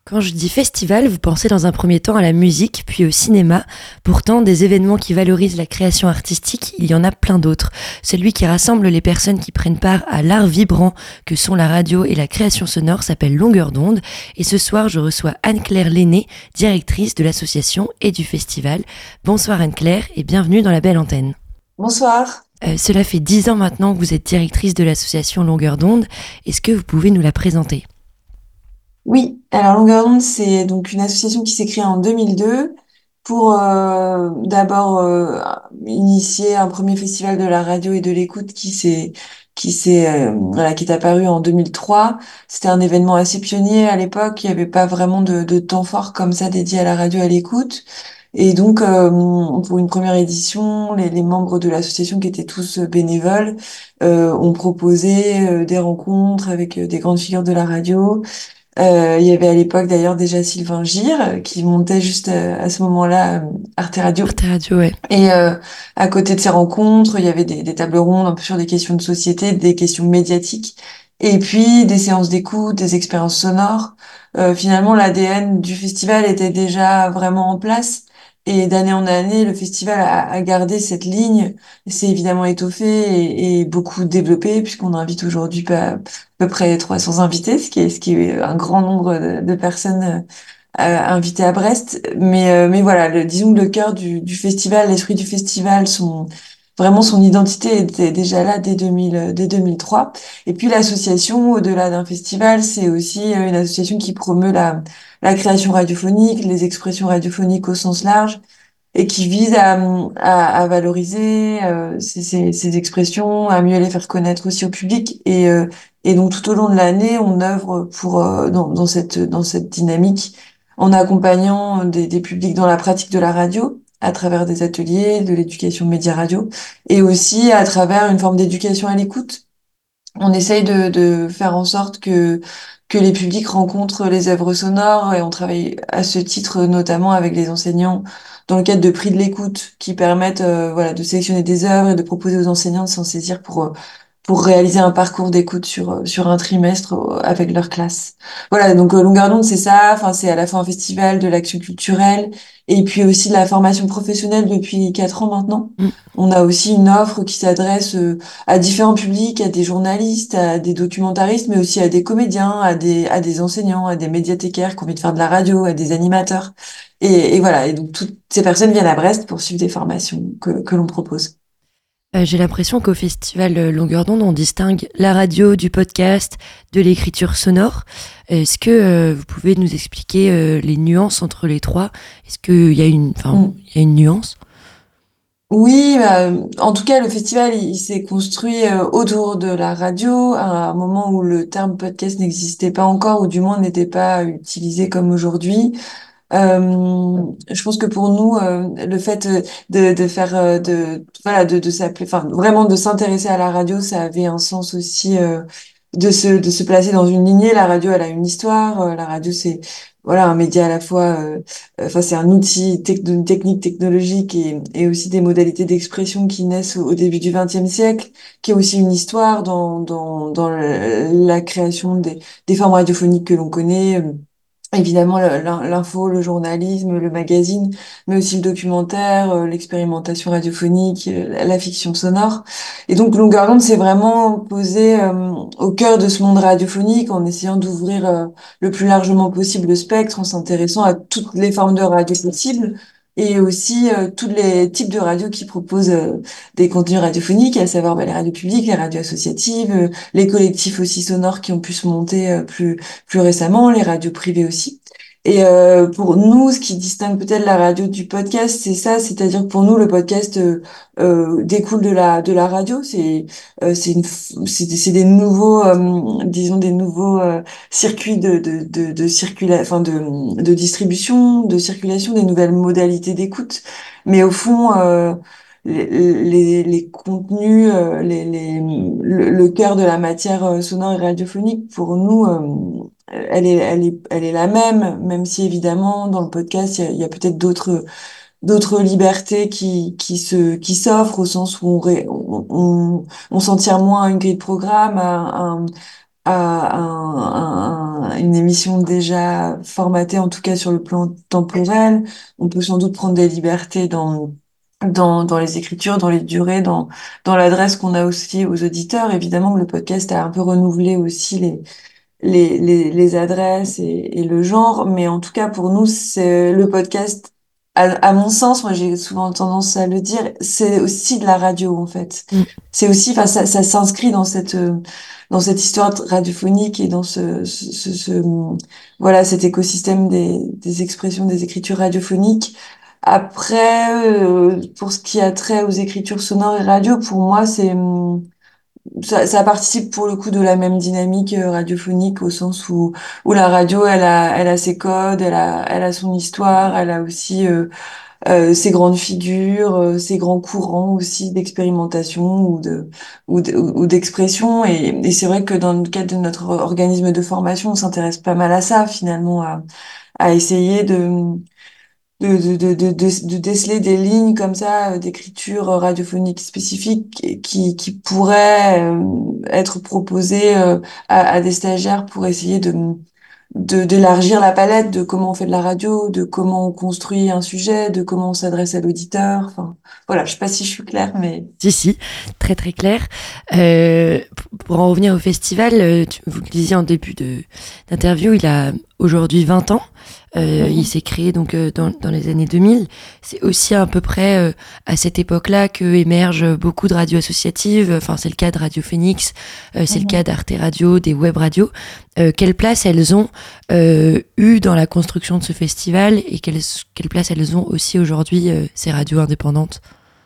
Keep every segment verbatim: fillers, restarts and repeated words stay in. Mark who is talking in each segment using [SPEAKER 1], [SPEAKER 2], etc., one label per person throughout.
[SPEAKER 1] Quand je dis festival, vous pensez dans un premier temps à la musique, puis au cinéma. Pourtant, des événements qui valorisent la création artistique, il y en a plein d'autres. Celui qui rassemble les personnes qui prennent part à l'art vibrant que sont la radio et la création sonore s'appelle Longueur d'onde. Et ce soir, je reçois Anne-Claire Lenné, directrice de l'association et du festival. Bonsoir Anne-Claire et bienvenue dans la belle antenne.
[SPEAKER 2] Bonsoir.
[SPEAKER 1] Euh, cela fait dix ans maintenant que vous êtes directrice de l'association Longueur d'onde. Est-ce que vous pouvez nous la présenter?
[SPEAKER 2] Oui, alors Longueur d'onde, c'est donc une association qui s'est créée en deux mille deux pour euh, d'abord euh, initier un premier festival de la radio et de l'écoute qui s'est qui s'est euh, voilà, qui est apparu en deux mille trois. C'était un événement assez pionnier à l'époque. Il n'y avait pas vraiment de, de temps fort comme ça dédié à la radio et à l'écoute. Et donc, euh, pour une première édition, les, les membres de l'association, qui étaient tous bénévoles, euh, ont proposé euh, des rencontres avec euh, des grandes figures de la radio. Euh, il y avait à l'époque d'ailleurs déjà Sylvain Gire euh, qui montait juste euh, à ce moment-là euh, Arte Radio.
[SPEAKER 1] Arte Radio, ouais.
[SPEAKER 2] Et euh, à côté de ces rencontres, il y avait des, des tables rondes un peu sur des questions de société, des questions médiatiques, et puis des séances d'écoute, des expériences sonores. Euh, finalement, l'A D N du festival était déjà vraiment en place. Et d'année en année, le festival a, a gardé cette ligne, s'est évidemment étoffé et, et beaucoup développé, puisqu'on invite aujourd'hui pas- à peu près trois cents invités, ce qui est, ce qui est un grand nombre de, de personnes euh, invité à Brest. Mais, euh, mais voilà, le, disons que le cœur du, du festival, l'esprit du festival, son, vraiment son identité était déjà là dès deux mille, euh, dès deux mille trois. Et puis l'association, au-delà d'un festival, c'est aussi euh, une association qui promeut la, la création radiophonique, les expressions radiophoniques au sens large, et qui vise à, à, à valoriser euh, ces, ces, ces expressions, à mieux les faire connaître aussi au public. Et, euh, et donc tout au long de l'année, on œuvre pour euh, dans, dans cette dans cette dynamique en accompagnant des, des publics dans la pratique de la radio à travers des ateliers, de l'éducation média radio, et aussi à travers une forme d'éducation à l'écoute. On essaye de, de faire en sorte que, que les publics rencontrent les œuvres sonores et on travaille à ce titre notamment avec les enseignants dans le cadre de prix de l'écoute qui permettent euh, voilà, de sélectionner des œuvres et de proposer aux enseignants de s'en saisir pour, euh, pour réaliser un parcours d'écoute sur, euh, sur un trimestre euh, avec leur classe. Voilà, donc euh, Longueur d'onde, c'est ça. Enfin, c'est à la fois un festival de l'action culturelle et puis aussi de la formation professionnelle depuis quatre ans maintenant.
[SPEAKER 1] Mm.
[SPEAKER 2] On a aussi une offre qui s'adresse euh, à différents publics, à des journalistes, à des documentaristes, mais aussi à des comédiens, à des, à des enseignants, à des médiathécaires qui ont envie de faire de la radio, à des animateurs. Et, et voilà, et donc toutes ces personnes viennent à Brest pour suivre des formations que, que l'on propose.
[SPEAKER 1] Euh, j'ai l'impression qu'au festival euh, Longueur d'onde, on distingue la radio du podcast, de l'écriture sonore. Est-ce que euh, vous pouvez nous expliquer euh, les nuances entre les trois? Est-ce qu'il y a une, enfin,
[SPEAKER 2] Mm.
[SPEAKER 1] il y a une nuance?
[SPEAKER 2] Oui, bah, en tout cas, le festival, il, il s'est construit euh, autour de la radio à un moment où le terme podcast n'existait pas encore, ou du moins n'était pas utilisé comme aujourd'hui. Euh, je pense que pour nous, euh, le fait euh, de, de faire, euh, de, voilà, de, de s'appeler, enfin, vraiment de s'intéresser à la radio, ça avait un sens aussi euh, de se, de se placer dans une lignée. La radio, elle a une histoire. Euh, la radio, c'est voilà un média à la fois, euh, euh, enfin, c'est un outil, tec- une technique technologique et, et aussi des modalités d'expression qui naissent au, au début du vingtième siècle, qui est aussi une histoire dans, dans, dans le- la création des, des formes radiophoniques que l'on connaît. euh, Évidemment, le- l'in- l'info, le journalisme, le magazine, mais aussi le documentaire, euh, l'expérimentation radiophonique, euh, la la fiction sonore. Et donc, Longueur d'onde s'est vraiment posé euh, au cœur de ce monde radiophonique en essayant d'ouvrir euh, le plus largement possible le spectre, en s'intéressant à toutes les formes de radio possibles et aussi euh, tous les types de radios qui proposent euh, des contenus radiophoniques, à savoir bah, les radios publiques, les radios associatives, euh, les collectifs aussi sonores qui ont pu se monter euh, plus plus récemment, les radios privées aussi. Et euh, pour nous, ce qui distingue peut-être la radio du podcast, c'est ça, c'est-à-dire que pour nous, le podcast euh, euh, découle de la de la radio. C'est euh, c'est une f- c'est des, c'est des nouveaux, euh, disons des nouveaux euh, circuits de de de, de circula, enfin de de distribution, de circulation, des nouvelles modalités d'écoute. Mais au fond. Euh, les, les, les contenus, euh, les, les, le, le cœur de la matière euh, sonore et radiophonique, pour nous, euh, elle est, elle est, elle est la même, même si évidemment dans le podcast il y a, il y a peut-être d'autres, d'autres libertés qui, qui se, qui s'offrent au sens où on, ré- on, on, on s'en tient moins à une grille de programme, à, à un- un- une émission déjà formatée, en tout cas sur le plan temporel. On peut sans doute prendre des libertés dans, dans, dans les écritures, dans les durées, dans, dans l'adresse qu'on a aussi aux auditeurs. Évidemment que le podcast a un peu renouvelé aussi les, les, les, les adresses et, et le genre, mais en tout cas pour nous, c'est le podcast. À, à mon sens, moi j'ai souvent tendance à le dire, c'est aussi de la radio en fait.
[SPEAKER 1] Mm.
[SPEAKER 2] C'est aussi, enfin ça, ça s'inscrit dans cette euh, dans cette histoire radiophonique et dans ce, ce, ce, ce- voilà cet écosystème des, des expressions, des écritures radiophoniques. Après, euh, pour ce qui a trait aux écritures sonores et radio, pour moi c'est hum, ça, ça participe pour le coup de la même dynamique euh, radiophonique au sens où, où la radio, elle a, elle a ses codes, elle a, elle a son histoire, elle a aussi euh, euh, ses grandes figures, euh, ses grands courants aussi d'expérimentation ou de, ou de- ou d'expression. Et, et c'est vrai que dans le cadre de notre organisme de formation, on s'intéresse pas mal à ça finalement, à, à essayer de de, de, de, de, de- de déceler des lignes comme ça, euh, d'écriture radiophonique spécifique qui, qui pourraient euh, être proposées euh, à, à des stagiaires pour essayer de, de, d'élargir la palette de comment on fait de la radio, de comment on construit un sujet, de comment on s'adresse à l'auditeur. Enfin, voilà, je sais pas si je suis claire, mais
[SPEAKER 1] Si, si, très très clair. Euh, p- pour en revenir au festival, euh, tu- vous le disiez en début de d'interview, il a aujourd'hui vingt ans. Euh, il
[SPEAKER 2] Mhm.
[SPEAKER 1] s'est créé donc euh, dans, dans les années deux mille. C'est aussi à peu près euh, à cette époque-là que émergent beaucoup de radios associatives. Enfin, c'est le cas de Radio Phoenix, euh, c'est le cas
[SPEAKER 2] Mhm.
[SPEAKER 1] d'Arte Radio, des web radios. Euh, quelle place elles ont euh, eu dans la construction de ce festival et quelle, quelle place elles ont aussi aujourd'hui, euh, ces radios indépendantes?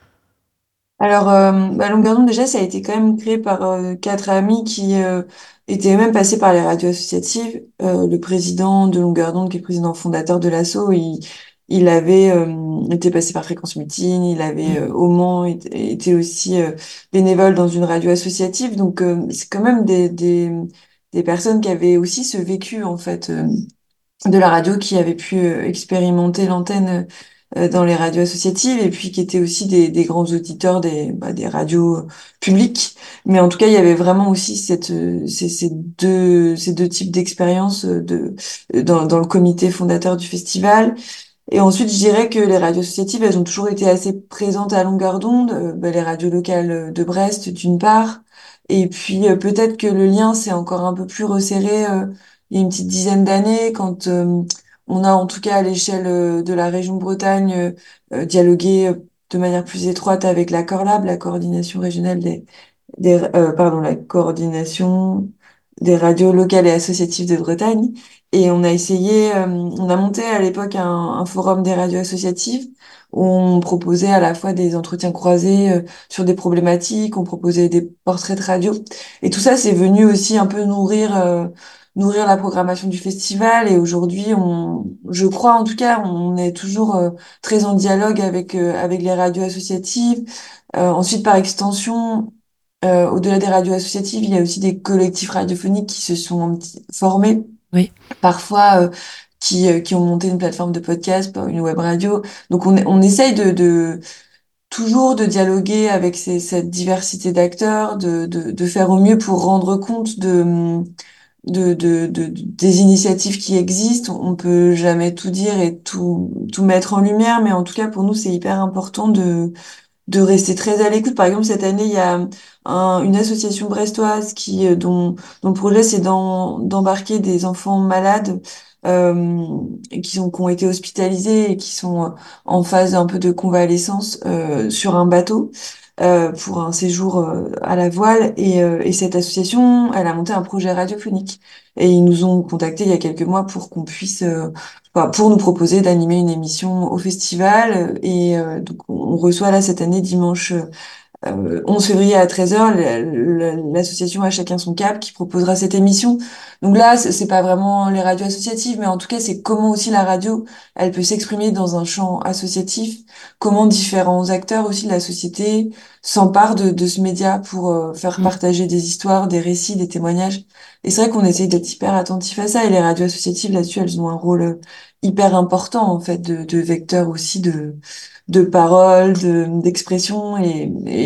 [SPEAKER 2] Alors, euh, bah, Longueur d'onde, déjà, ça a été quand même créé par euh, quatre amis qui euh, étaient même passés par les radios associatives. Euh, le président de Longueur d'onde, qui est le président fondateur de l'asso, il, il avait euh, été passé par Fréquence Mutine, il avait
[SPEAKER 1] Mm.
[SPEAKER 2] euh, au Mans été, été aussi euh, bénévole dans une radio associative. Donc, euh, c'est quand même des, des, des personnes qui avaient aussi ce vécu, en fait, euh, de la radio, qui avaient pu euh, expérimenter l'antenne euh, dans les radios associatives et puis qui étaient aussi des, des grands auditeurs des, bah, des radios euh, publiques. Mais en tout cas, il y avait vraiment aussi cette, euh, ces, ces deux, ces deux types d'expériences euh, de, euh, dans, dans le comité fondateur du festival. Et ensuite, je dirais que les radios associatives, elles ont toujours été assez présentes à longueur d'onde. Euh, bah, les radios locales de Brest, d'une part. Et puis, euh, peut-être que le lien s'est encore un peu plus resserré euh, il y a une petite dizaine d'années, quand euh, on a, en tout cas à l'échelle euh, de la région Bretagne, euh, euh, dialogué euh, de manière plus étroite avec la Corlab, la coordination régionale des, des, euh, pardon, la coordination des radios locales et associatives de Bretagne. Et on a essayé, euh, on a monté à l'époque un, un forum des radios associatives où on proposait à la fois des entretiens croisés euh, sur des problématiques, on proposait des portraits de radio. Et tout ça, c'est venu aussi un peu nourrir, euh, nourrir la programmation du festival. Et aujourd'hui, on, je crois en tout cas, on est toujours euh, très en dialogue avec, euh, avec les radios associatives. Euh, ensuite, par extension, euh, au-delà des radios associatives, il y a aussi des collectifs radiophoniques qui se sont un petit- formés,
[SPEAKER 1] Oui.
[SPEAKER 2] parfois euh, qui, euh, qui ont monté une plateforme de podcast, une web radio. Donc on, on essaye de, de toujours de dialoguer avec ces- cette diversité d'acteurs, de, de, de faire au mieux pour rendre compte de, de, de, de- des initiatives qui existent. On peut jamais tout dire et tout, tout mettre en lumière, mais en tout cas pour nous c'est hyper important de de rester très à l'écoute. Par exemple, cette année, il y a un- une association brestoise qui, euh, dont, dont le projet, c'est d'en- d'embarquer des enfants malades euh, et qui sont, qui ont été hospitalisés et qui sont en phase un peu de convalescence euh, sur un bateau. Euh, pour un séjour euh, à la voile et, euh, et cette association, elle a monté un projet radiophonique et ils nous ont contactés il y a quelques mois pour qu'on puisse euh, enfin, pour nous proposer d'animer une émission au festival. Et euh, donc, on reçoit là cette année, dimanche euh, onze février à treize heures, l'association À Chacun Son Cap qui proposera cette émission. Donc là, c'est c'est pas vraiment les radios associatives, mais en tout cas, c'est comment aussi la radio, elle peut s'exprimer dans un champ associatif, comment différents acteurs aussi de la société s'emparent de, de ce média pour euh, faire
[SPEAKER 1] Mm.
[SPEAKER 2] partager des histoires, des récits, des témoignages. Et c'est vrai qu'on essaye d'être hyper attentif à ça, et les radios associatives, là-dessus, elles ont un rôle euh, hyper important, en fait, de, de vecteur aussi de de parole, de, d'expression et, et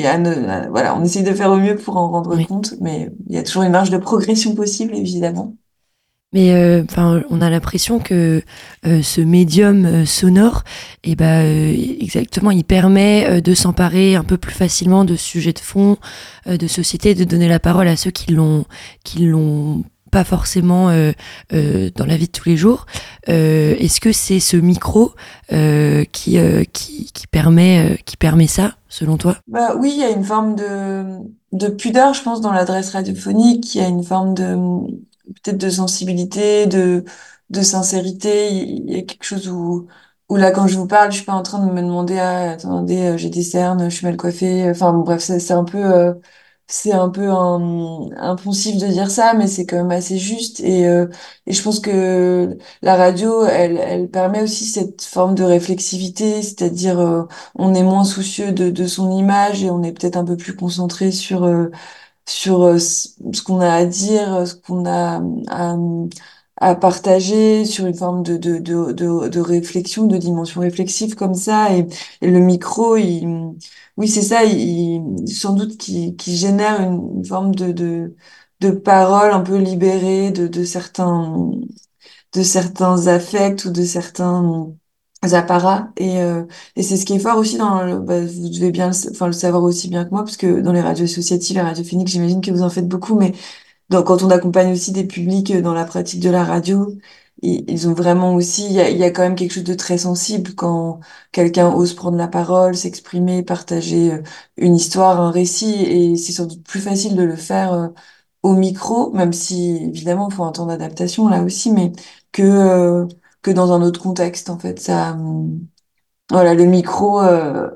[SPEAKER 2] à ne- à- voilà, on essaye de faire au mieux pour en rendre
[SPEAKER 1] Oui.
[SPEAKER 2] compte, mais il y a toujours une marge de progression possible, évidemment.
[SPEAKER 1] Mais euh, enfin, on a l'impression que euh, ce médium euh, sonore, et ben euh, exactement, il permet euh, de s'emparer un peu plus facilement de sujets de fond, euh, de société, de donner la parole à ceux qui l'ont, qui l'ont pas forcément euh, euh, dans la vie de tous les jours. Euh, est-ce que c'est ce micro euh, qui, euh, qui qui permet euh, qui permet ça, selon toi?
[SPEAKER 2] Bah oui, il y a une forme de, de pudeur, je pense, dans l'adresse radiophonique. Il y a une forme de, peut-être de sensibilité, de, de sincérité. Il y a quelque chose où, où là, quand je vous parle, je suis pas en train de me demander, ah, attendez, euh, j'ai des cernes, je suis mal coiffée. Enfin, bon, bref, c'est c'est un peu, euh, c'est un peu un, impulsif de dire ça, mais c'est quand même assez juste. Et, euh, et je pense que la radio, elle, elle permet aussi cette forme de réflexivité, c'est-à-dire, euh, on est moins soucieux de, de son image et on est peut-être un peu plus concentré sur, euh, sur euh, ce ce qu'on a à dire, ce qu'on a à, à partager, sur une forme de, de, de, de, de réflexion, de dimension réflexive comme ça. Et, et le micro, il, oui, c'est ça, il, sans doute qui, qui génère une, une forme de, de, de parole un peu libérée de, de certains de certains affects ou de certains apparats. Et, euh, et c'est ce qui est fort aussi dans le, bah, vous devez bien le, sa- enfin, le savoir aussi bien que moi, parce que dans les radios associatives et radiophoniques, j'imagine que vous en faites beaucoup, mais donc, quand on accompagne aussi des publics euh, dans la pratique de la radio, i- ils ont vraiment aussi, il y a, il y a quand même quelque chose de très sensible quand quelqu'un ose prendre la parole, s'exprimer, partager euh, une histoire, un récit, et c'est sans doute plus facile de le faire euh, au micro, même si évidemment il faut un temps d'adaptation là aussi, mais que euh, que dans un autre contexte en fait. Ça, hum, voilà, le micro euh,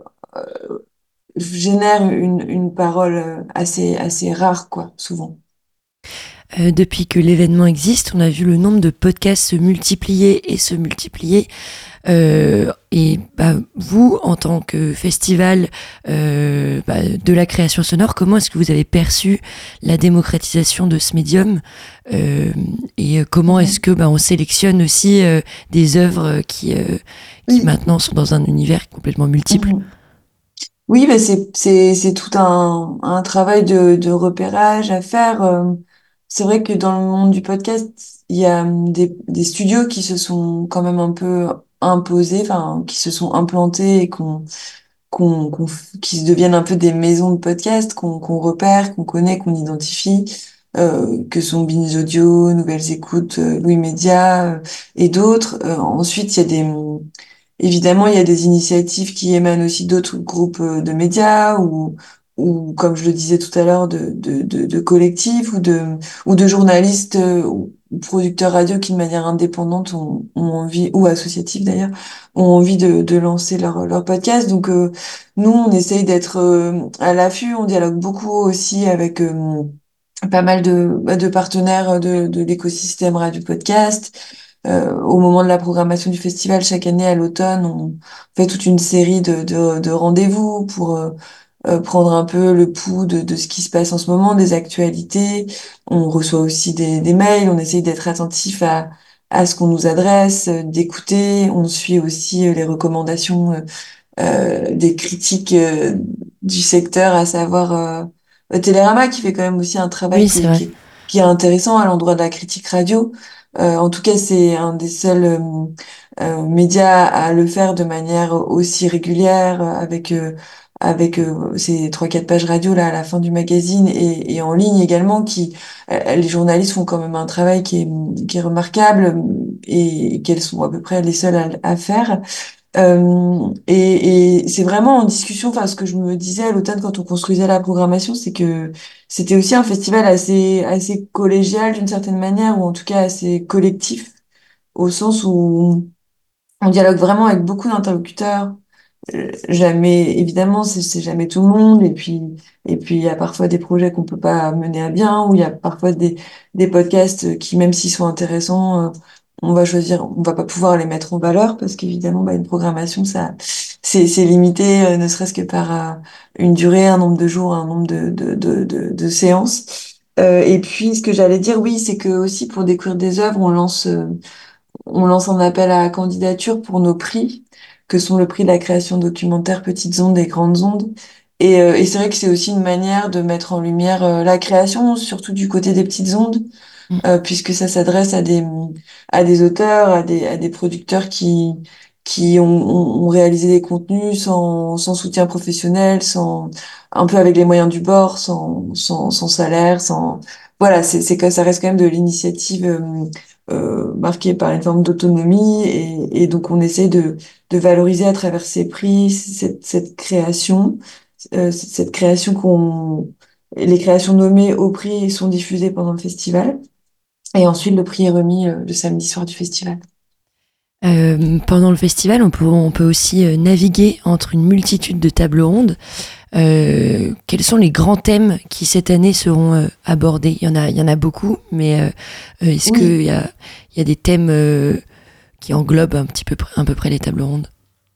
[SPEAKER 2] génère une une parole euh, assez assez rare quoi, souvent.
[SPEAKER 1] Euh, depuis que l'événement existe, on a vu le nombre de podcasts se multiplier et se multiplier. Euh, et bah, vous, en tant que festival euh, bah, de la création sonore, comment est-ce que vous avez perçu la démocratisation de ce médium euh, et euh, comment est-ce
[SPEAKER 2] Mhm.
[SPEAKER 1] que bah, on sélectionne aussi euh, des œuvres qui, euh, qui
[SPEAKER 2] Oui.
[SPEAKER 1] maintenant sont dans un univers complètement multiple?
[SPEAKER 2] Mhm. Oui, mais c'est c'est c'est tout un un travail de de repérage à faire. euh. C'est vrai que dans le monde du podcast, il y a hum, des des studios qui se sont quand même un peu imposés, enfin qui se sont implantés et qu'on qu'on qu'on f- qui se deviennent un peu des maisons de podcast qu'on qu'on repère, qu'on connaît, qu'on identifie, euh, que sont Binge Audio, Nouvelles Écoutes, euh, Louis Média euh, et d'autres. Euh, ensuite, il y a des Évidemment, il y a des initiatives qui émanent aussi d'autres groupes euh, de médias ou, ou comme je le disais tout à l'heure, de, de, de, de collectifs ou de, ou de journalistes euh, ou producteurs radio qui, de manière indépendante, ont, ont envie, ou associatifs d'ailleurs, ont envie de, de lancer leur, leur podcast. Donc, euh, nous, on essaye d'être euh, à l'affût, on dialogue beaucoup aussi avec euh, pas mal de, bah, de partenaires de, de l'écosystème radio podcast. Euh, au moment de la programmation du festival, chaque année à l'automne, on fait toute une série de, de, de rendez-vous pour euh, euh, prendre un peu le pouls de, de ce qui se passe en ce moment, des actualités. On reçoit aussi des, des mails, on essaye d'être attentif à, à ce qu'on nous adresse, euh, d'écouter. On suit aussi euh, les recommandations euh, euh, des critiques euh, du secteur, à savoir euh, Télérama, qui fait quand même aussi un travail
[SPEAKER 1] Oui,
[SPEAKER 2] qui
[SPEAKER 1] c'est
[SPEAKER 2] est,
[SPEAKER 1] vrai.
[SPEAKER 2] qui est, qui est intéressant à l'endroit de la critique radio. Euh, en tout cas, c'est un des seuls euh, euh, médias à le faire de manière aussi régulière, euh, avec euh, avec euh, ces trois quatre pages radio là à la fin du magazine et, et en ligne également. Qui euh, les journalistes font quand même un travail qui est qui est remarquable et qu'elles sont à peu près les seules à, à faire. Euh, et et c'est vraiment en discussion, enfin, ce que je me disais à l'automne quand on construisait la programmation, c'est que c'était aussi un festival assez, assez collégial d'une certaine manière, ou en tout cas assez collectif, au sens où on dialogue vraiment avec beaucoup d'interlocuteurs. Euh, jamais, évidemment, c'est c'est jamais tout le monde. Et puis, et puis, il y a parfois des projets qu'on peut pas mener à bien, ou il y a parfois des, des podcasts qui, même s'ils sont intéressants, euh, on va choisir, on va pas pouvoir les mettre en valeur parce qu'évidemment, bah, une programmation, ça, c'est, c'est limité, euh, ne serait-ce que par euh, une durée, un nombre de jours, un nombre de, de, de, de, de séances. Euh, et puis, ce que j'allais dire, oui, c'est que aussi pour découvrir des œuvres, on lance euh, on lance un appel à candidature pour nos prix, que sont le prix de la création documentaire Petites ondes et Grandes ondes. Et, euh, et c'est vrai que c'est aussi une manière de mettre en lumière euh, la création, surtout du côté des petites ondes,
[SPEAKER 1] Mm.
[SPEAKER 2] euh, puisque ça s'adresse à des, à des auteurs, à des, à des producteurs qui, qui ont, ont, ont réalisé des contenus sans, sans soutien professionnel, sans, un peu avec les moyens du bord, sans, sans, sans salaire, sans, voilà, c'est, c'est que ça reste quand même de l'initiative, euh, euh, marquée par une forme d'autonomie et, et donc on essaie de, de valoriser à travers ces prix cette, cette création, euh, cette création qu'on, les créations nommées au prix sont diffusées pendant le festival. Et ensuite, le prix est remis euh, le samedi soir du festival.
[SPEAKER 1] Euh, pendant le festival, on peut, on peut aussi euh, naviguer entre une multitude de tables rondes. Euh, quels sont les grands thèmes qui cette année seront euh, abordés? Il y en a, il y en a beaucoup, mais euh, euh, est-ce
[SPEAKER 2] Oui,
[SPEAKER 1] qu'il y a, il y a des thèmes euh, qui englobent un petit peu, pr- à peu près les tables rondes?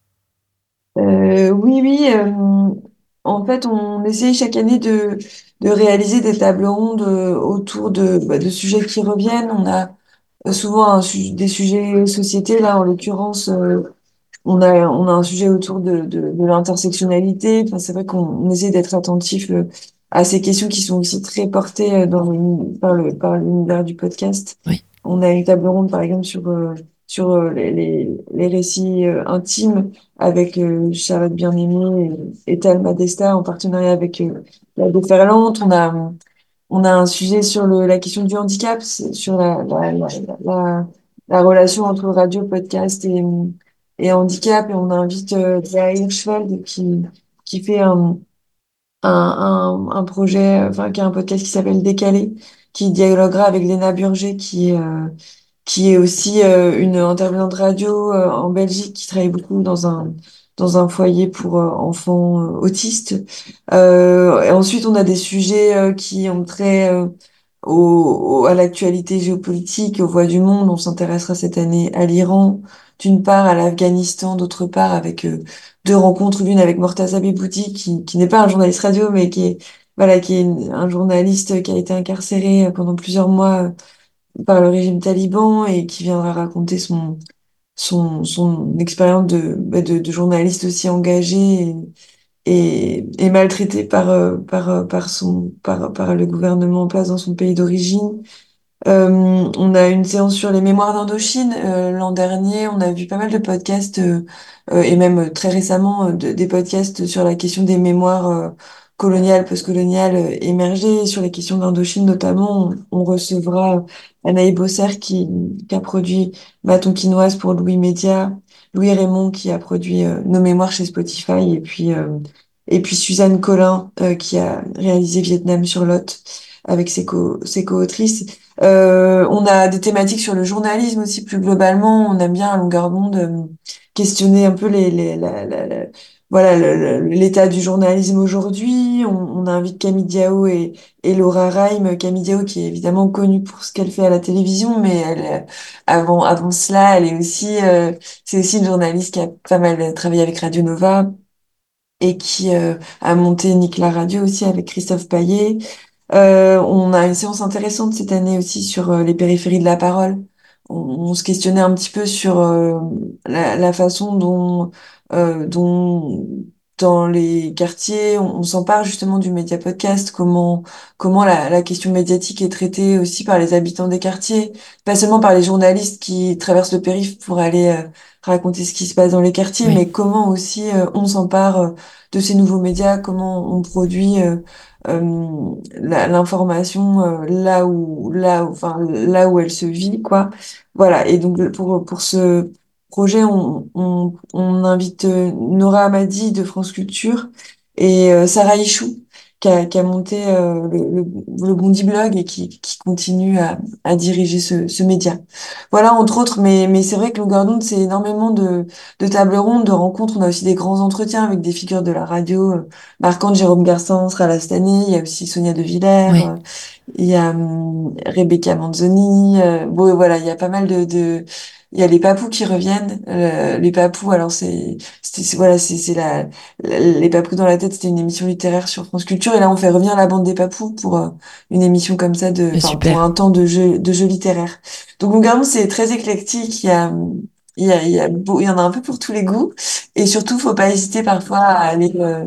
[SPEAKER 2] euh, oui, oui. Euh, en fait, on essaye chaque année de, de réaliser des tables rondes euh, autour de, bah, de sujets qui reviennent. On a euh, souvent un su- des sujets société. Là, en l'occurrence, euh, on a, on a un sujet autour de, de, de l'intersectionnalité. Enfin, c'est vrai qu'on on essaie d'être attentif euh, à ces questions qui sont aussi très portées euh, dans le, par le, par l'univers du podcast.
[SPEAKER 1] Oui,
[SPEAKER 2] On a une table ronde, par exemple, sur, euh, sur euh, les, les, les récits euh, intimes avec euh, Charlotte Bien-Aimée et, et Thelma Desta en partenariat avec euh, la Déferlante. On a, on a un sujet sur le, la question du handicap, c'est sur la, la, la, la, la relation entre radio, podcast et, et handicap. Et on invite euh, Léa Hirschfeld qui, qui fait un, un, un, un projet, enfin, qui a un podcast qui s'appelle Décalé, qui dialoguera avec Léna Burger, qui est, euh, qui est aussi euh, une intervenante radio euh, en Belgique, qui travaille beaucoup dans un, dans un foyer pour euh, enfants euh, autistes. Euh, et ensuite, on a des sujets euh, qui ont trait euh, au, au- à l'actualité géopolitique, aux voix du monde. On s'intéressera cette année à l'Iran, d'une part, à l'Afghanistan, d'autre part, avec euh, deux rencontres, l'une avec Mortaza Bebouti, qui, qui n'est pas un journaliste radio, mais qui est, voilà, qui est une- un journaliste qui a été incarcéré pendant plusieurs mois euh, par le régime taliban et qui viendra raconter son, son, son expérience de, bah, de, de journaliste aussi engagé et, et maltraité par, euh, par, euh, par son, par, par le gouvernement en place dans son pays d'origine. Euh, on a une séance sur les mémoires d'Indochine. Euh, l'an dernier, on a vu pas mal de podcasts euh, euh, et même euh, très récemment euh, de- des podcasts sur la question des mémoires euh, coloniales, postcoloniales euh, émergées, sur les questions d'Indochine notamment. On, on recevra Anaïs Bosser qui, qui a produit Maton Quinoise pour Louis Média, Louis Raymond qui a produit euh, Nos mémoires chez Spotify et puis, euh, et puis Suzanne Collin euh, qui a réalisé Vietnam sur Lot avec ses co, ses co-autrices. Euh, on a des thématiques sur le journalisme aussi plus globalement. On aime bien à longueur d'onde euh, questionner un peu les, les, la- la- la- voilà, le- le- l'état du journalisme aujourd'hui. On, on invite Camille Diao et, et Laura Reim. Camille Diao qui est évidemment connue pour ce qu'elle fait à la télévision, mais elle, euh, avant, avant cela, elle est aussi, euh, c'est aussi une journaliste qui a pas mal travaillé avec Radio Nova et qui euh, a monté Nick la Radio aussi avec Christophe Paillet. Euh, on a une séance intéressante cette année aussi sur euh, les périphéries de la parole. On, on se questionnait un petit peu sur euh, la, la façon dont, euh, dont dans les quartiers on, on s'empare justement du média podcast, comment, comment la, la question médiatique est traitée aussi par les habitants des quartiers, pas seulement par les journalistes qui traversent le périph' pour aller euh, raconter ce qui se passe dans les quartiers,
[SPEAKER 1] oui,
[SPEAKER 2] mais comment aussi euh, on s'empare euh, de ces nouveaux médias, comment on produit euh, euh, la- l'information euh, là où là où, enfin là où elle se vit quoi, voilà. Et donc pour pour ce projet on on, on invite euh, Nora Hamadi de France Culture et euh, Sarah Ichou qui a, qui a monté euh, le, le, le Bondi Blog et qui, qui continue à, à diriger ce, ce média. Voilà, entre autres, mais, mais c'est vrai que Longueur d'onde, c'est énormément de, de tables rondes, de rencontres. On a aussi des grands entretiens avec des figures de la radio euh, marquantes. Jérôme Garcin sera là cette année. Il y a aussi Sonia De Villers.
[SPEAKER 1] oui.
[SPEAKER 2] euh, Il y a hum, Rebecca Manzoni. Euh, bon, voilà, il y a pas mal de, de... Il y a les papous qui reviennent. Euh, les papous, alors c'est, c'est, c'est- voilà, c'est, c'est la, la- les papous dans la tête. C'était une émission littéraire sur France Culture, et là on fait revenir la bande des papous pour euh, une émission comme ça de,
[SPEAKER 1] Euh,
[SPEAKER 2] enfin pour
[SPEAKER 1] super.
[SPEAKER 2] un temps de jeu, de jeu littéraire. Donc Longueur c'est très éclectique. Il y a, il y a, il y a, beau- il y en a un peu pour tous les goûts, et surtout faut pas hésiter parfois à aller euh,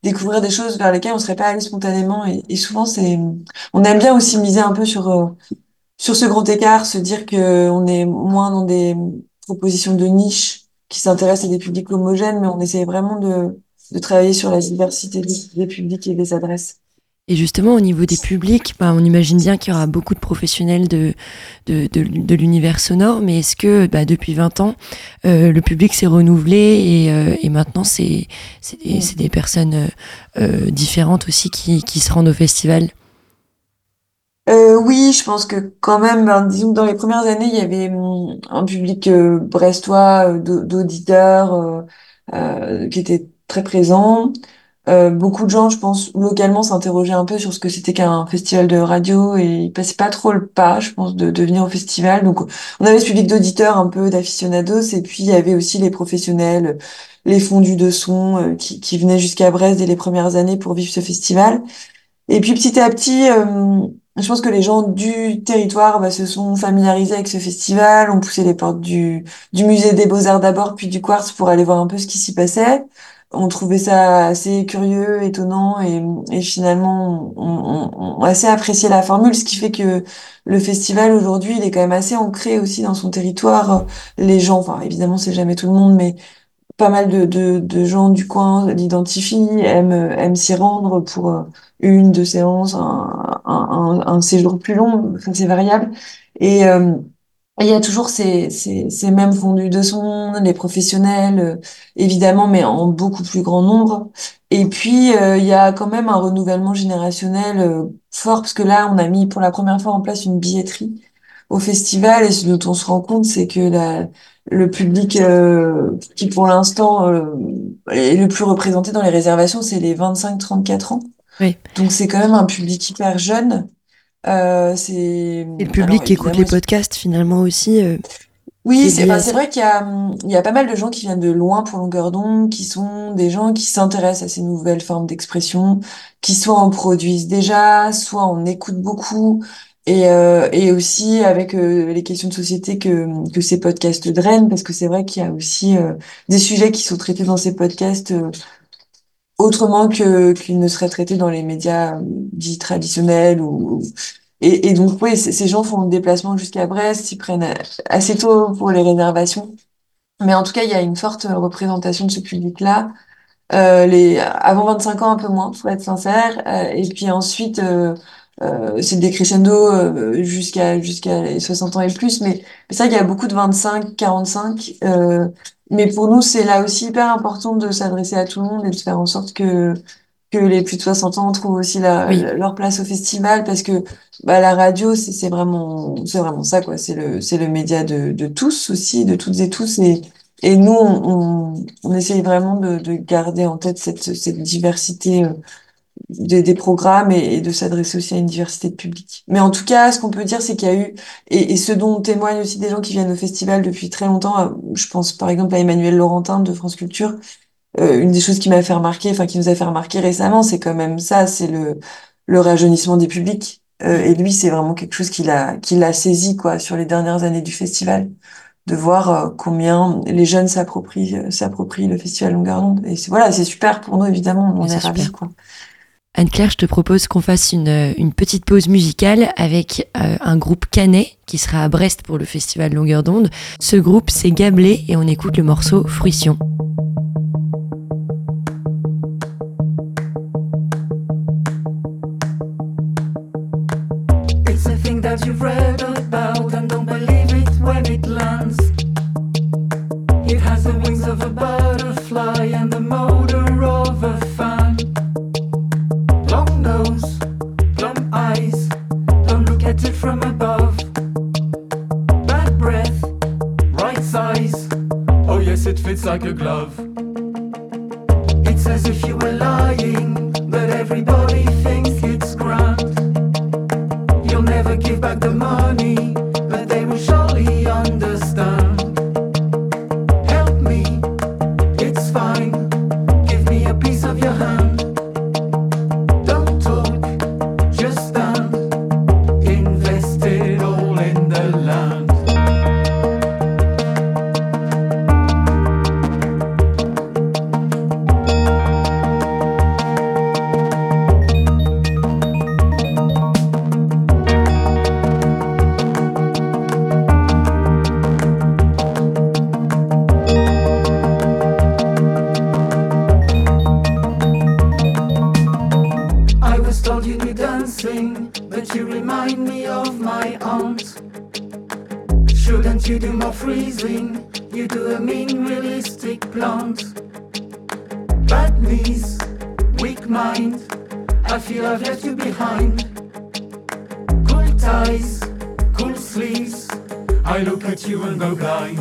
[SPEAKER 2] découvrir des choses vers lesquelles on serait pas allé spontanément. Et, et souvent, c'est, on aime bien aussi miser un peu sur, euh, sur ce grand écart, se dire que on est moins dans des propositions de niche qui s'intéressent à des publics homogènes, mais on essaie vraiment de, de travailler sur la diversité des, des publics et des adresses.
[SPEAKER 1] Et justement, au niveau des publics, bah, on imagine bien qu'il y aura beaucoup de professionnels de, de, de, de l'univers sonore, mais est-ce que bah, depuis vingt ans, euh, le public s'est renouvelé et, euh, et maintenant c'est, c'est, des, c'est des personnes euh, euh, différentes aussi qui, qui se rendent au festival?
[SPEAKER 2] Euh, oui, je pense que quand même, ben, disons que dans les premières années, il y avait hum, un public euh, brestois euh, d'au- d'auditeurs euh, euh, qui était très présent. Euh, beaucoup de gens, je pense, localement s'interrogeaient un peu sur ce que c'était qu'un festival de radio et ils passaient pas trop le pas, je pense, de, de venir au festival. Donc, on avait ce public d'auditeurs, un peu d'aficionados, et puis il y avait aussi les professionnels, les fondus de son euh, qui, qui venaient jusqu'à Brest dès les premières années pour vivre ce festival. Et puis petit à petit, euh, je pense que les gens du territoire bah, se sont familiarisés avec ce festival, ont poussé les portes du, du musée des Beaux-Arts d'abord, puis du Quartz pour aller voir un peu ce qui s'y passait. On trouvait ça assez curieux, étonnant, et, et finalement, on, on, on a assez apprécié la formule, ce qui fait que le festival aujourd'hui, il est quand même assez ancré aussi dans son territoire. Les gens, enfin évidemment, c'est jamais tout le monde, mais pas mal de, de, de gens du coin l'identifient, aiment, aiment s'y rendre pour euh, une, deux séances, un, un, un, un séjour plus long, enfin, c'est variable. Et euh, il y a toujours ces, ces, ces mêmes fondus de son, les professionnels, euh, évidemment, mais en beaucoup plus grand nombre. Et puis, euh, il y a quand même un renouvellement générationnel euh, fort, parce que là, on a mis pour la première fois en place une billetterie au festival, et ce dont on se rend compte, c'est que la, le public euh, qui, pour l'instant, euh, est le plus représenté dans les réservations, c'est les vingt-cinq trente-quatre ans.
[SPEAKER 1] Oui.
[SPEAKER 2] Donc, c'est quand même un public hyper jeune. Euh, c'est
[SPEAKER 1] Et le
[SPEAKER 2] alors
[SPEAKER 1] public qui écoute
[SPEAKER 2] évidemment
[SPEAKER 1] les
[SPEAKER 2] ils sont
[SPEAKER 1] podcasts finalement aussi, euh, qui
[SPEAKER 2] oui,
[SPEAKER 1] est
[SPEAKER 2] c'est
[SPEAKER 1] lié
[SPEAKER 2] enfin,
[SPEAKER 1] à
[SPEAKER 2] c'est
[SPEAKER 1] ça.
[SPEAKER 2] vrai qu'il y a, hum, il y a pas mal de gens qui viennent de loin pour longueur d'onde, qui sont des gens qui s'intéressent à ces nouvelles formes d'expression, qui soit en produisent déjà, soit en écoutent beaucoup, et, euh, et aussi avec euh, les questions de société que, que ces podcasts drainent, parce que c'est vrai qu'il y a aussi euh, des sujets qui sont traités dans ces podcasts euh, autrement que qu'ils ne seraient traités dans les médias euh, dits traditionnels ou et, et donc oui, c- ces gens font le déplacement jusqu'à Brest, ils prennent euh, assez tôt pour les réservations. Mais en tout cas, il y a une forte représentation de ce public-là. Euh, les, avant vingt-cinq ans, un peu moins, pour être sincère. Euh, et puis ensuite, euh, euh, c'est des crescendo euh, jusqu'à jusqu'à les soixante ans et plus. Mais, mais c'est vrai qu'il y a beaucoup de vingt-cinq, quarante-cinq. Euh, mais pour nous, c'est là aussi hyper important de s'adresser à tout le monde et de faire en sorte que que les plus de soixante ans trouvent aussi la,
[SPEAKER 1] Oui,
[SPEAKER 2] la- leur place au festival parce que bah, la radio, c'est c'est vraiment, c'est vraiment ça, quoi. C'est le, c'est le média de, de tous aussi, de toutes et tous. Et, et nous, on, on, on essaye vraiment de, de garder en tête cette, cette diversité euh, des des programmes et, et de s'adresser aussi à une diversité de public. Mais en tout cas, ce qu'on peut dire, c'est qu'il y a eu, et, et ce dont témoignent aussi des gens qui viennent au festival depuis très longtemps, euh, je pense par exemple à Emmanuel Laurentin de France Culture, euh, une des choses qui m'a fait remarquer, enfin qui nous a fait remarquer récemment, c'est quand même ça, c'est le, le rajeunissement des publics. Euh,
[SPEAKER 1] oui,
[SPEAKER 2] et lui, c'est vraiment quelque chose qu'il a, qu'il a saisi, quoi, sur les dernières années du festival, de voir euh, combien les jeunes s'approprient, euh, s'approprient le festival Longueur d'onde. Et c'est, voilà, c'est super pour nous, évidemment,
[SPEAKER 1] mais
[SPEAKER 2] on est
[SPEAKER 1] c'est
[SPEAKER 2] ravis,
[SPEAKER 1] super.
[SPEAKER 2] quoi.
[SPEAKER 1] Anne-Claire, je te propose qu'on fasse une, une petite pause musicale avec euh, un groupe canet qui sera à Brest pour le festival Longueur d'onde. Ce groupe, c'est Gablé et on écoute le morceau Fruition.
[SPEAKER 3] It's a thing that you've read about and don't believe it when it lands. It has the wings of a butterfly and the motor of a fan. Long nose, glum eyes, don't look at it from above. Bad breath, right size, oh yes it fits like a glove. It's as if you were lying, but everybody thinks it's grand. You'll never give back the money, but they will surely understand. Help me, it's fine, give me a piece of your hand. Don't talk, just stand, invest it all in the land. or freezing, you do a mean realistic plant. Bad knees, weak mind, I feel I've left you behind. Cool ties, cool sleeves, I look at you and go blind.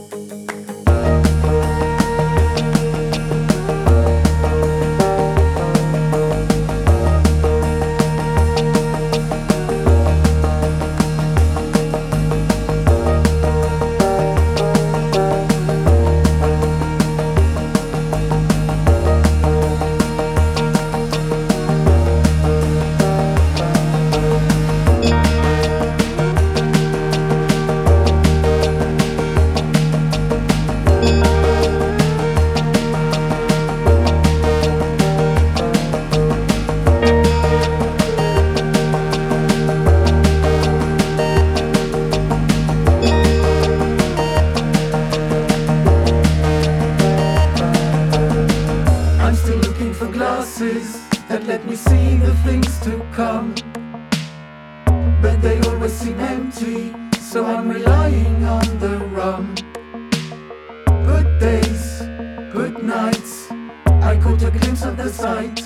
[SPEAKER 3] I'm still looking for glasses that let me see the things to come, but they always seem empty, so I'm relying on the rum. Good days, good nights, I caught a glimpse of the sight.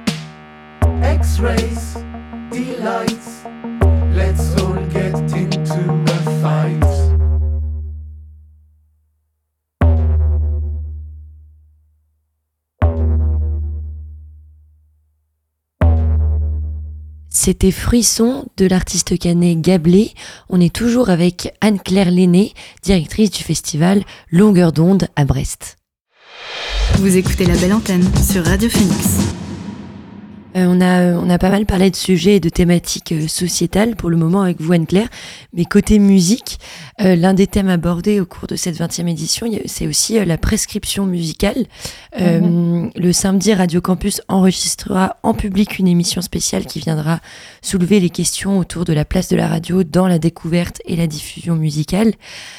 [SPEAKER 3] X-rays, delights, let's all get into a fight.
[SPEAKER 1] C'était Frisson de l'artiste canet Gablé. On est toujours avec Anne-Claire Lenné, directrice du festival Longueur d'onde à Brest.
[SPEAKER 4] Vous écoutez La Belle Antenne sur Radio Phoenix.
[SPEAKER 1] Euh, on, a, on a pas mal parlé de sujets et de thématiques euh, sociétales pour le moment avec vous, Anne-Claire. Mais côté musique, euh, l'un des thèmes abordés au cours de cette vingtième édition, c'est aussi euh, la prescription musicale. Euh, mmh. Le samedi, Radio Campus enregistrera en public une émission spéciale qui viendra soulever les questions autour de la place de la radio dans la découverte et la diffusion musicale.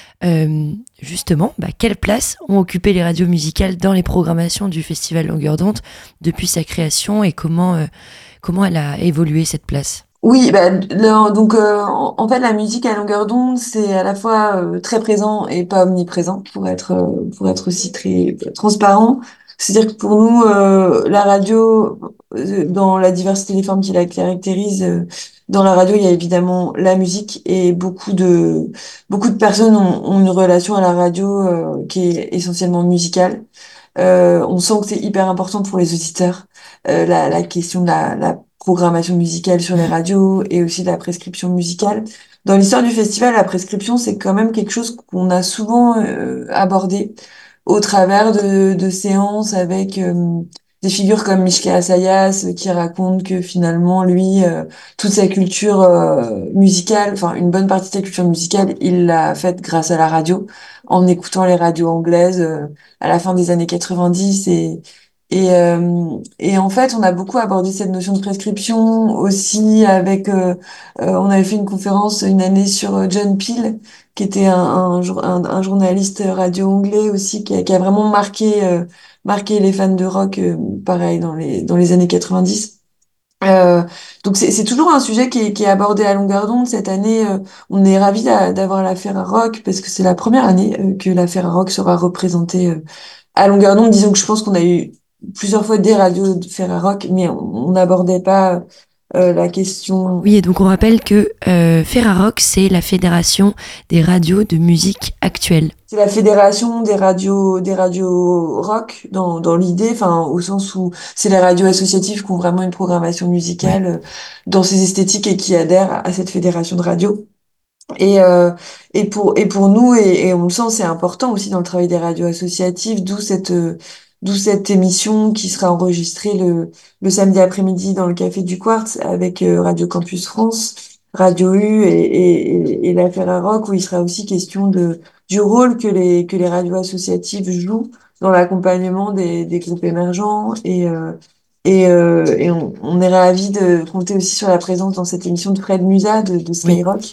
[SPEAKER 1] Euh, justement, bah, quelle place ont occupé les radios musicales dans les programmations du Festival Longueur d'onde depuis sa création et comment, euh, comment elle a évolué cette place?
[SPEAKER 2] Oui, bah, le- donc euh, en en fait la musique à longueur d'onde c'est à la fois euh, très présent et pas omniprésent pour être euh, pour être aussi très transparent. C'est-à-dire que pour nous euh, la radio euh, dans la diversité des formes qui la caractérise, euh, dans la radio il y a évidemment la musique et beaucoup de beaucoup de personnes ont, ont une relation à la radio euh, qui est essentiellement musicale. Euh, on sent que c'est hyper important pour les auditeurs, euh, la, la question de la, la programmation musicale sur les radios et aussi de la prescription musicale. Dans l'histoire du festival, la prescription, c'est quand même quelque chose qu'on a souvent euh, abordé au travers de, de séances avec euh, des figures comme Mishka Assayas euh, qui raconte que finalement, lui, euh, toute sa culture euh, musicale, enfin une bonne partie de sa culture musicale, il l'a faite grâce à la radio, en écoutant les radios anglaises euh, à la fin des années quatre-vingt-dix et et, euh, et en fait, on a beaucoup abordé cette notion de prescription aussi avec, euh, euh, on avait fait une conférence une année sur euh, John Peel, qui était un, un, jour- un, un journaliste radio anglais aussi, qui a, qui a vraiment marqué, euh, marqué les fans de rock, euh, pareil, dans les, dans les années quatre-vingt-dix. Euh, donc c'est c'est toujours un sujet qui est, qui est abordé à longueur d'onde. Cette année, euh, on est ravis d'a- d'avoir la Ferrarock parce que c'est la première année euh, que la Ferrarock sera représentée euh, à longueur d'onde. Disons que je pense qu'on a eu plusieurs fois des radios de Ferrarock, mais on on n'abordait pas euh, la question.
[SPEAKER 1] Oui, et donc on rappelle que euh, Ferrarock, c'est la fédération des radios de musique actuelle.
[SPEAKER 2] C'est la fédération des radios, des radios rock dans, dans l'idée, enfin, au sens où c'est les radios associatives qui ont vraiment une programmation
[SPEAKER 1] Ouais.
[SPEAKER 2] musicale euh, dans ces esthétiques et qui adhèrent à cette fédération de radios. Et, euh, et pour, et pour nous, et, et on le sent, c'est important aussi dans le travail des radios associatives, d'où cette, euh, d'où cette émission qui sera enregistrée le, le samedi après-midi dans le Café du Quartz avec euh, Radio Campus France, Radio U et, et, et, et la Ferrarock, où il sera aussi question de, du rôle que les, que les radios associatives jouent dans l'accompagnement des, des groupes émergents. Et, euh, et, euh, et on, on est ravis de compter aussi sur la présence dans cette émission de Fred Musa de, de
[SPEAKER 1] Oui.
[SPEAKER 2] Skyrock.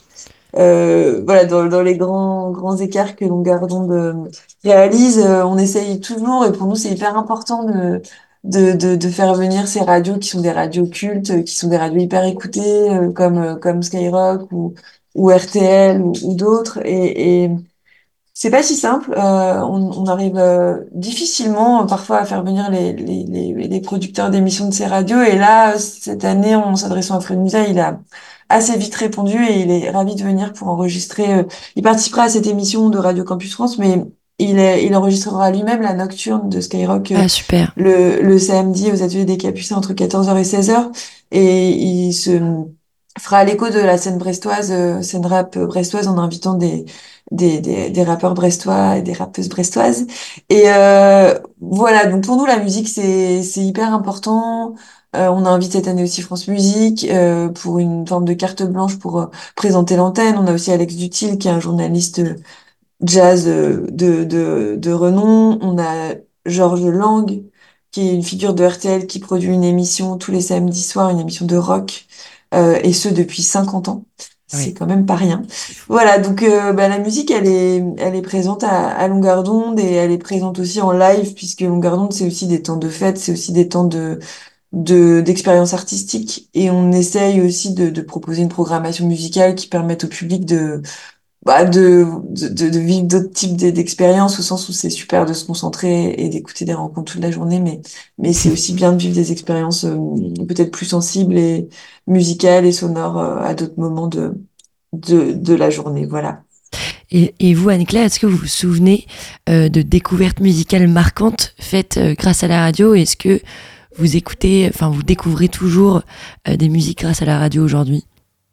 [SPEAKER 2] Euh, voilà, dans, dans les grands, grands écarts que Longueur d'onde euh, réalise, euh, on essaye toujours, et pour nous, c'est hyper important de, de, de, de faire venir ces radios qui sont des radios cultes, euh, qui sont des radios hyper écoutées, euh, comme, euh, comme Skyrock ou, ou R T L ou, ou d'autres. Et, et, C'est pas si simple. Euh, on, on arrive euh, difficilement euh, parfois à faire venir les, les, les, les producteurs d'émissions de ces radios. Et là, cette année, en s'adressant à Fred Musa, il a assez vite répondu et il est ravi de venir pour enregistrer. euh, il participera à cette émission de Radio Campus France, mais il, est, il enregistrera lui-même la nocturne de Skyrock euh,
[SPEAKER 1] Ah, super.
[SPEAKER 2] le, le samedi aux Ateliers des Capucins entre quatorze heures et seize heures. Et il se fera l'écho de la scène brestoise, euh, scène rap brestoise, en invitant des des, des, des rappeurs brestois et des rappeuses brestoises. Et euh, voilà, donc pour nous, la musique, c'est, c'est hyper important. Euh, on a invité cette année aussi France Musique euh, pour une forme de carte blanche pour euh, présenter l'antenne. On a aussi Alex Dutil, qui est un journaliste euh, jazz euh, de, de, de renom. On a Georges Lang, qui est une figure de R T L qui produit une émission tous les samedis soirs, une émission de rock, euh, et ce depuis cinquante ans. C'est
[SPEAKER 1] Oui,
[SPEAKER 2] quand même pas rien.
[SPEAKER 1] c'est fou.
[SPEAKER 2] Voilà, donc euh, bah, la musique, elle est, elle est présente à, à longueur d'onde et elle est présente aussi en live, puisque longueur d'onde, c'est aussi des temps de fête, c'est aussi des temps de, de, d'expérience artistique. Et on essaye aussi de, de proposer une programmation musicale qui permette au public de bah, de, de, de vivre d'autres types d'e- d'expériences au sens où c'est super de se concentrer et d'écouter des rencontres toute la journée, mais, mais c'est aussi bien de vivre des expériences euh, peut-être plus sensibles et musicales et sonores euh, à d'autres moments de, de, de la journée. Voilà.
[SPEAKER 1] Et, et vous, Anne-Claire, est-ce que vous vous souvenez euh, de découvertes musicales marquantes faites euh, grâce à la radio? Est-ce que vous écoutez, enfin, vous découvrez toujours euh, des musiques grâce à la radio aujourd'hui?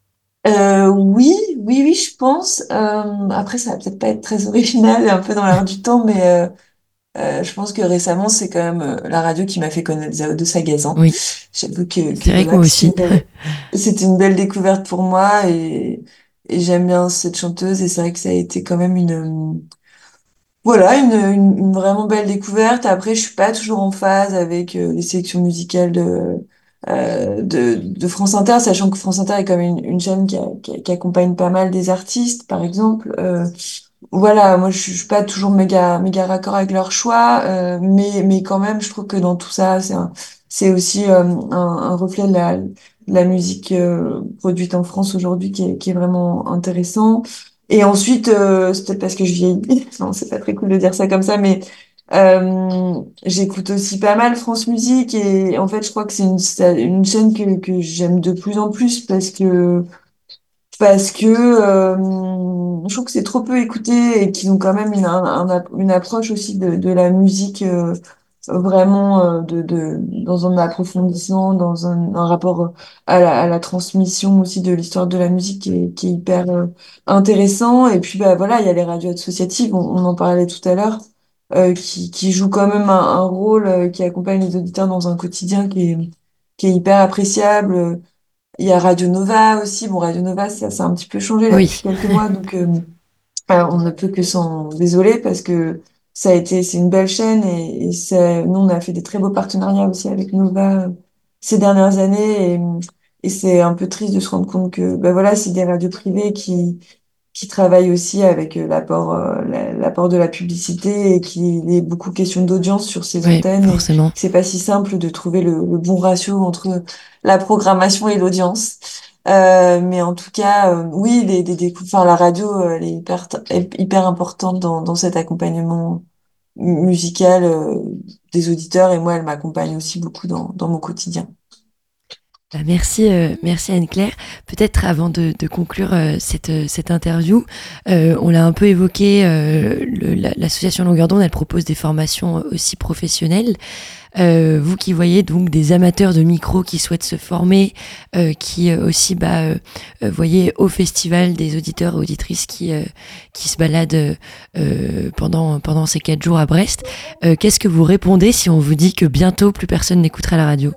[SPEAKER 2] Euh, oui, oui, oui, je pense. Euh, après, ça va peut-être pas être très original et un peu dans l'air du temps, mais euh, Euh, je pense que récemment, c'est quand même euh, la radio qui m'a fait connaître Zao de Sagazan.
[SPEAKER 1] Oui,
[SPEAKER 2] J'avoue que, que
[SPEAKER 1] c'est vrai que
[SPEAKER 2] voilà,
[SPEAKER 1] moi
[SPEAKER 2] que c'était une
[SPEAKER 1] aussi.
[SPEAKER 2] belle, c'était une belle découverte pour moi et, et j'aime bien cette chanteuse et c'est vrai que ça a été quand même une, euh, voilà, une, une, une vraiment belle découverte. Après, je suis pas toujours en phase avec euh, les sélections musicales de, euh, de, de France Inter, sachant que France Inter est quand même une, une chaîne qui, a- qui, a- qui accompagne pas mal des artistes, par exemple. Euh, voilà, moi je suis je suis pas toujours méga méga raccord avec leur choix, euh, mais mais quand même je trouve que dans tout ça c'est un- c'est aussi euh, un, un reflet de la, de la musique euh, produite en France aujourd'hui qui est qui est vraiment intéressant. Et ensuite euh, c'est peut-être parce que je vieillis, non c'est pas très cool de dire ça comme ça, mais euh, j'écoute aussi pas mal France Musique et en fait je crois que c'est une ça- une chaîne que que j'aime de plus en plus parce que parce que euh, je trouve que c'est trop peu écouté et qu'ils ont quand même une, un- un- une approche aussi de, de la musique euh, vraiment euh, de, de, dans un approfondissement, dans un, un rapport à la, à la transmission aussi de l'histoire de la musique qui est, qui est hyper euh, intéressant. Et puis bah voilà, il y a les radios associatives, on, on en parlait tout à l'heure, euh, qui, qui jouent quand même un, un rôle euh, qui accompagne les auditeurs dans un quotidien qui est, qui est hyper appréciable. Il y a Radio Nova aussi. Bon, Radio Nova, ça, ça a un petit peu changé là depuis
[SPEAKER 1] Oui,
[SPEAKER 2] quelques mois, donc euh, euh, on ne peut que s'en désoler parce que ça a été, c'est une belle chaîne et, et ça- nous, on a fait des très beaux partenariats aussi avec Nova euh, ces dernières années et, et c'est un peu triste de se rendre compte que, ben voilà, c'est des radios privées qui qui travaille aussi avec euh, l'apport euh, la- l'apport de la publicité et qui est beaucoup question d'audience sur ces
[SPEAKER 1] oui,
[SPEAKER 2] antennes et
[SPEAKER 1] forcément.
[SPEAKER 2] c'est pas si simple de trouver le, le bon ratio entre la programmation et l'audience. Euh, mais en tout cas, euh, oui, les, des, des, enfin, la radio, euh, elle est hyper, est hyper importante dans, dans cet accompagnement mu- musical euh, des auditeurs et moi, elle m'accompagne aussi beaucoup dans, dans mon quotidien.
[SPEAKER 1] Bah, merci, euh, merci Anne-Claire. Peut-être avant de, de conclure euh, cette, euh, cette interview, euh, on l'a un peu évoqué, euh, le- la- l'association Longueur d'onde, elle propose des formations aussi professionnelles. Euh, vous qui voyez donc des amateurs de micro qui souhaitent se former, euh, qui euh, aussi bah, euh, euh, voyez au festival des auditeurs et auditrices qui, euh, qui se baladent euh, pendant, pendant ces quatre jours à Brest, euh, qu'est-ce que vous répondez si on vous dit que bientôt plus personne n'écoutera la radio?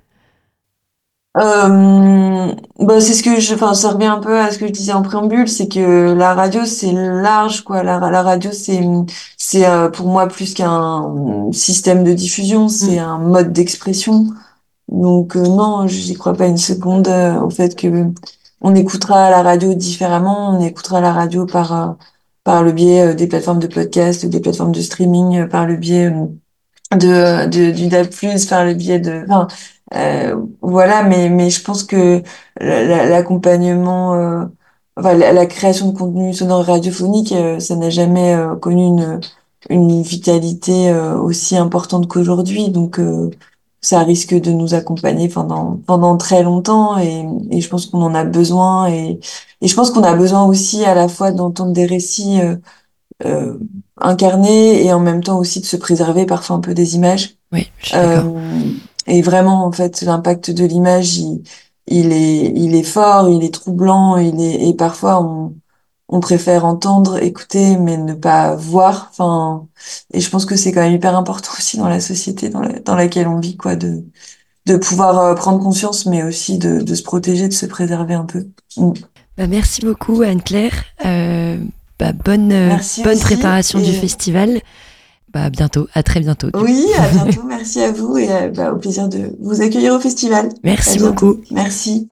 [SPEAKER 2] Euh, bah c'est ce que je, enfin, ça revient un peu à ce que je disais en préambule, c'est que la radio c'est large, quoi. La, la radio c'est, c'est euh, pour moi plus qu'un système de diffusion, c'est
[SPEAKER 1] Mm.
[SPEAKER 2] un mode d'expression. Donc euh, non, j'y crois pas une seconde euh, au fait que on écoutera la radio différemment, on écoutera la radio par euh, par le biais euh, des plateformes de podcast, des plateformes de streaming, euh, par le biais euh, de, de du D A B plus, par le biais de, enfin, euh, voilà, mais mais je pense que la- la- l'accompagnement euh, enfin, la, la création de contenu sonore radiophonique, euh, ça n'a jamais euh, connu une, une vitalité euh, aussi importante qu'aujourd'hui. Donc, euh, ça risque de nous accompagner pendant, pendant très longtemps et, et je pense qu'on en a besoin. Et, et je pense qu'on a besoin aussi à la fois d'entendre des récits euh, euh, incarnés et en même temps aussi de se préserver parfois un peu des images.
[SPEAKER 1] Oui, je suis d'accord.
[SPEAKER 2] Euh, et vraiment, en fait, l'impact de l'image, il, il est, il est fort, il est troublant, il est, et parfois on, on préfère entendre, écouter, mais ne pas voir. Enfin, et je pense que c'est quand même hyper important aussi dans la société dans, la- dans laquelle on vit, quoi, de, de pouvoir euh, prendre conscience, mais aussi de, de se protéger, de se préserver un peu. Mm.
[SPEAKER 1] Bah, merci beaucoup Anne-Claire. Euh, bah, bonne, euh,
[SPEAKER 2] Merci
[SPEAKER 1] bonne
[SPEAKER 2] aussi.
[SPEAKER 1] préparation du
[SPEAKER 2] Et
[SPEAKER 1] festival. Bah, à bientôt, à très bientôt du coup.
[SPEAKER 2] oui, à bientôt. Merci à vous et euh, bah, au plaisir de vous accueillir au festival. À
[SPEAKER 1] Merci
[SPEAKER 2] bientôt.
[SPEAKER 1] beaucoup.
[SPEAKER 2] Merci.